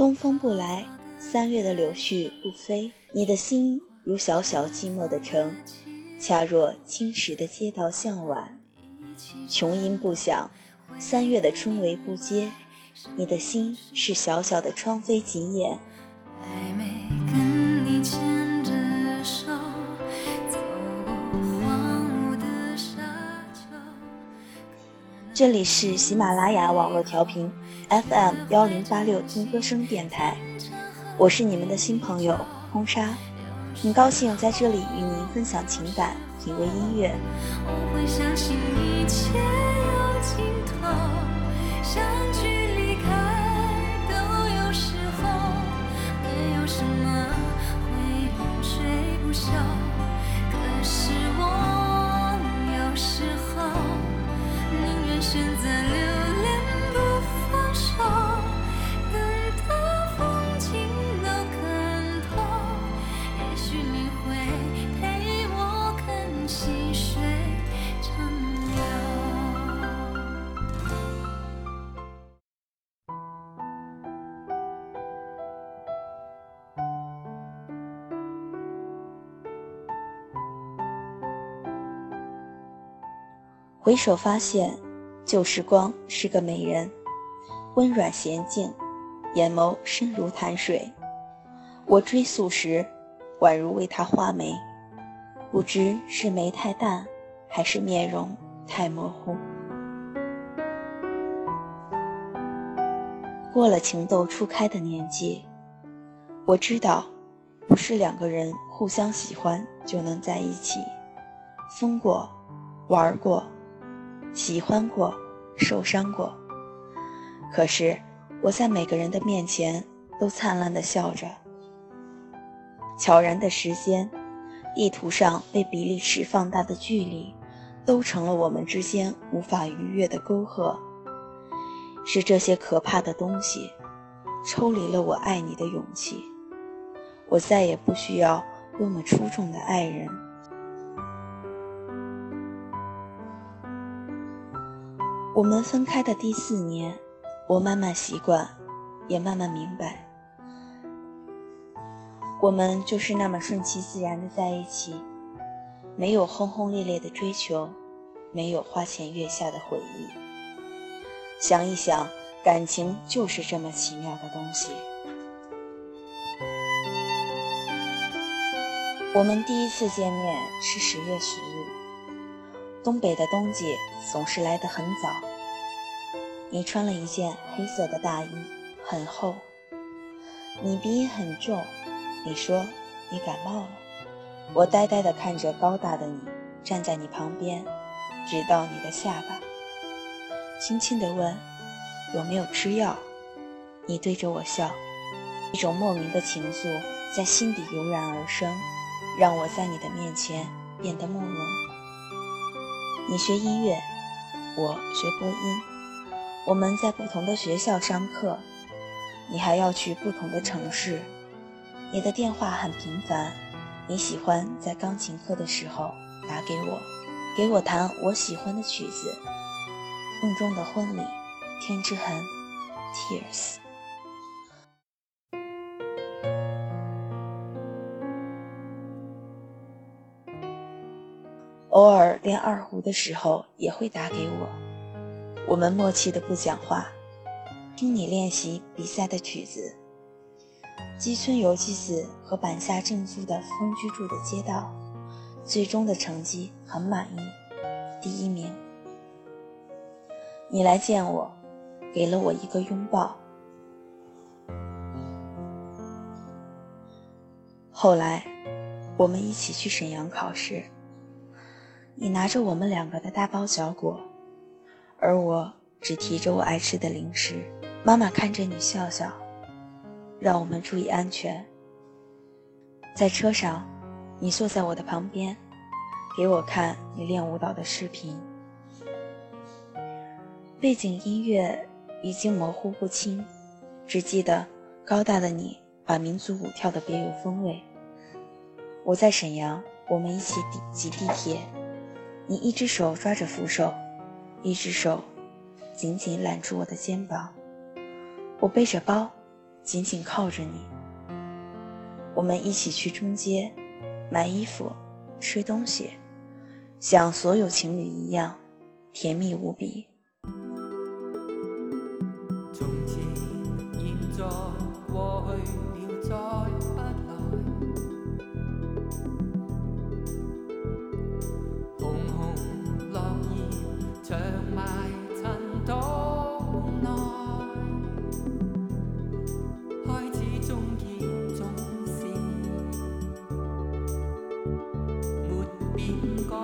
东风不来，3月的柳絮不飞，你的心如小小寂寞的城，恰若青石的街道向晚。琼音不响，3月的春雷不接，你的心是小小的窗扉紧掩。 还没跟你牵着手，走过荒芜的沙丘。 这里是喜马拉雅网络调频 FM1086听歌声电台，我是你们的新朋友空沙，很高兴在这里与您分享情感，品味音乐。 我会相信一切有尽头，相聚离开都有时候，没有什么会永垂不朽。可是我有时候宁愿选择留恋不放手，等到风景都看透，也许你会陪我看细水长流。 回首发现，旧时光是个美人，温软娴静，眼眸深如潭水。我追溯时，宛如为她画眉，不知是眉太淡，还是面容太模糊。过了情窦初开的年纪，我知道，不是2个人互相喜欢就能在一起。疯过，玩过，喜欢过，受伤过，可是我在每个人的面前都灿烂地笑着。悄然的时间，地图上被比例尺放大的距离，都成了我们之间无法逾越的沟壑。是这些可怕的东西抽离了我爱你的勇气，我再也不需要多么出众的爱人。我们分开的第4年，我慢慢习惯，也慢慢明白，我们就是那么顺其自然的在一起，没有轰轰烈烈的追求，没有花前月下的回忆。想一想，感情就是这么奇妙的东西。我们第一次见面是10月10日，东北的冬季总是来得很早。你穿了一件黑色的大衣，很厚。你鼻音很重，你说你感冒了。我呆呆地看着高大的你站在你旁边，直到你的下巴，轻轻地问有没有吃药。你对着我笑，一种莫名的情愫在心底油然而生，让我在你的面前变得木讷。你学音乐，我学播音，我们在不同的学校上课，你还要去不同的城市。你的电话很频繁，你喜欢在钢琴课的时候打给我弹我喜欢的曲子，梦中的婚礼，天之痕 Tears。 偶尔练二胡的时候也会打给我，我们默契的不讲话，听你练习比赛的曲子，基村游纪子和坂下正夫的风居住的街道，最终的成绩很满意，第1名。你来见我，给了我一个拥抱。后来我们一起去沈阳考试，你拿着我们2个的大包小裹，而我只提着我爱吃的零食。妈妈看着你笑笑，让我们注意安全。在车上，你坐在我的旁边，给我看你练舞蹈的视频。背景音乐已经模糊不清，只记得高大的你把民族舞跳得别有风味。我在沈阳，我们一起挤地铁，你一只手抓着扶手，一只手紧紧揽住我的肩膀。我背着包， 紧紧靠着你。我们一起去中街买衣服吃东西，像所有情侣一样甜蜜无比。 从前现在过去了再不来，红红落叶长埋尘土内，开始中意总是没变改，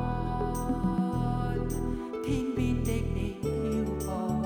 天边的你飘泊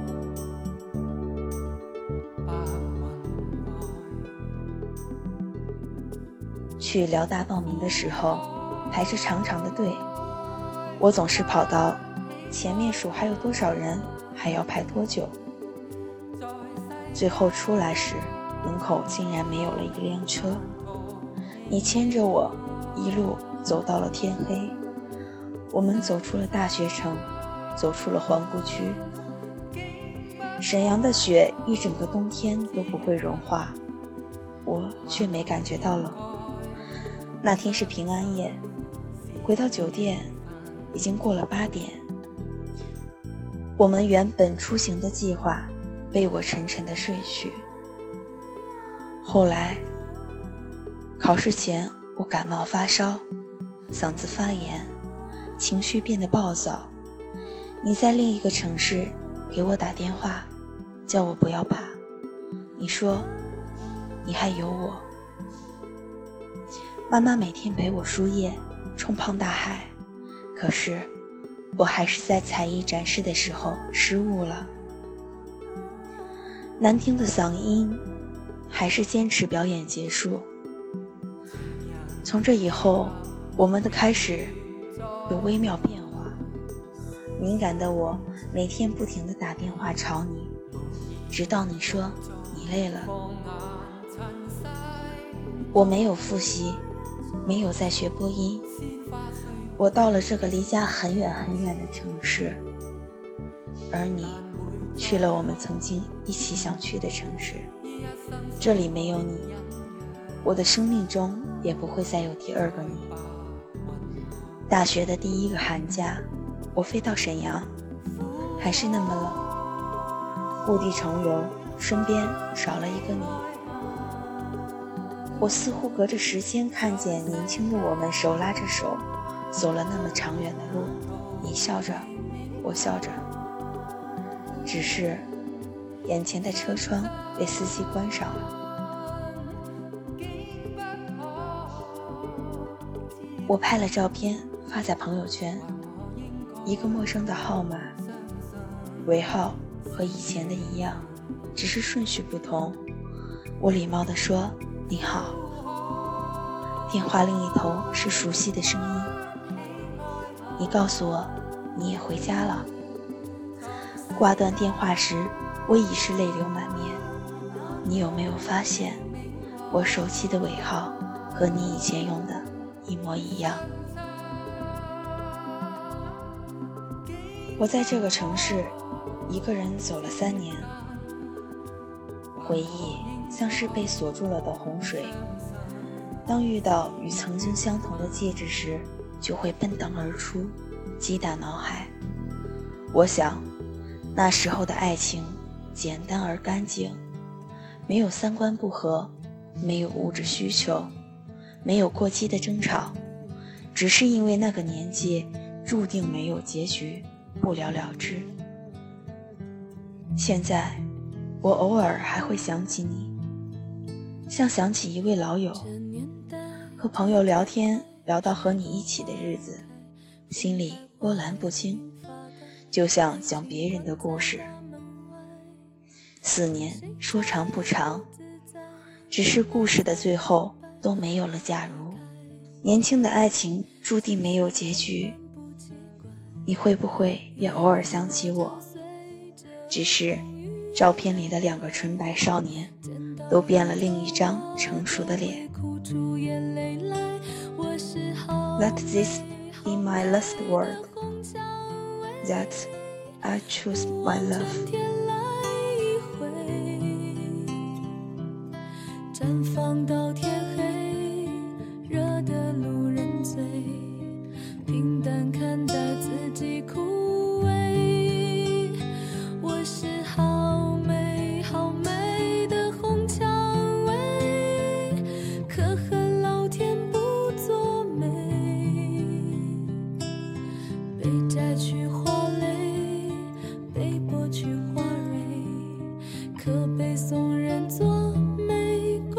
去辽大报名的时候排着长长的队，我总是跑到前面数还有多少人，还要排多久。最后出来时，门口竟然没有了一辆车。你牵着我一路走到了天黑，我们走出了大学城，走出了皇姑区。沈阳的雪一整个冬天都不会融化，我却没感觉到冷。那天是平安夜，回到酒店已经过了8点。我们原本出行的计划被我沉沉的睡去。后来考试前我感冒发烧，嗓子发炎，情绪变得暴躁。你在另一个城市给我打电话，叫我不要怕，你说你还有我。妈妈每天陪我输液冲胖大海，可是我还是在才艺展示的时候失误了。难听的嗓音还是坚持表演结束。从这以后，我们的开始有微妙变化。敏感的我每天不停地打电话吵你，直到你说你累了。我没有复习，没有在学播音，我到了这个离家很远很远的城市，而你去了我们曾经一起想去的城市。这里没有你，我的生命中也不会再有第二个你。大学的第1个寒假，我飞到沈阳，还是那么冷，故地重游，身边少了一个你。我似乎隔着时间看见年轻的我们手拉着手走了那么长远的路，你笑着，我笑着，只是眼前的车窗被司机关上了。我拍了照片发在朋友圈，一个陌生的号码，尾号和以前的一样，只是顺序不同。我礼貌地说你好，电话另一头是熟悉的声音。你告诉我你也回家了。挂断电话时，我已是泪流满面。你有没有发现，我手机的尾号和你以前用的一模一样？我在这个城市一个人走了3年，回忆像是被锁住了的洪水，当遇到与曾经相同的戒指时，就会奔腾而出，击打脑海。我想那时候的爱情简单而干净，没有三观不合，没有物质需求，没有过激的争吵，只是因为那个年纪注定没有结局，不了了之。现在我偶尔还会想起你，像想起一位老友，和朋友聊天聊到和你一起的日子，心里波澜不惊，就像讲别人的故事。4年说长不长，只是故事的最后都没有了假如。年轻的爱情注定没有结局，你会不会也偶尔想起我？只是照片里的2个纯白少年都变了另一张成熟的脸。 Let this be my last word, that I choose my love. 放到天黑，热得路人醉，平淡看待自己枯萎。我是好美好美的红蔷薇，可恨老天不作美，被摘去花蕾，被剥去花蕊，可被送人作玫瑰。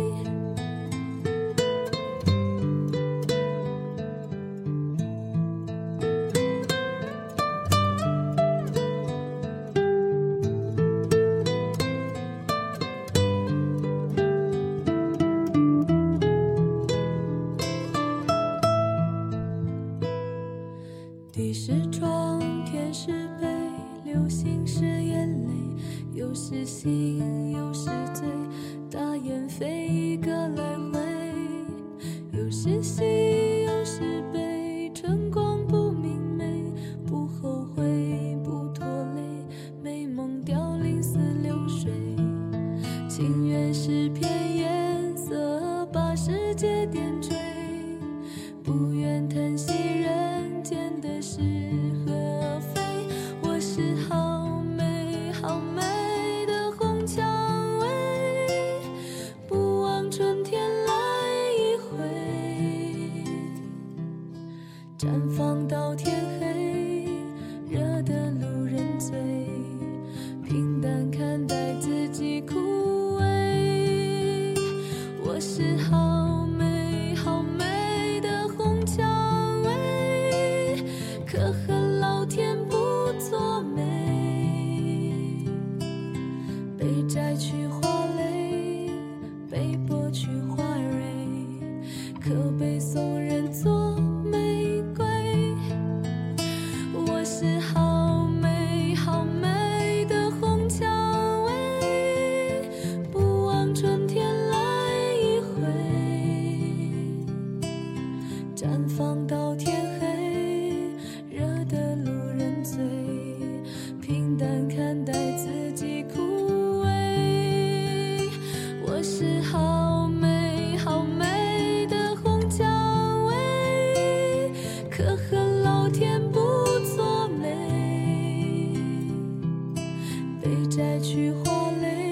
地是窗，天是杯，流星是眼泪，有时醒，有时醉，大雁飞一个来回，有时喜，有时悲，春光不明媚，不后悔，不拖累，美梦凋零似流水，情缘是片颜色，把世界点缀，不愿叹息人间的是和非。我是好美好美的红蔷薇，不枉春天来一回，绽放到天黑，热得路人醉，平淡看待自己枯萎。我是好美好美的红蔷薇，可恨老天不作美，被摘去花蕾，被剥去花蕊，可被送人作玫瑰。我是好美好美的红蔷薇，不枉春天来一回，绽放到天黑，热得路人醉，平淡看待自己枯萎。我是好美好美的红蔷薇，可恨老天不作美，被摘去花蕾，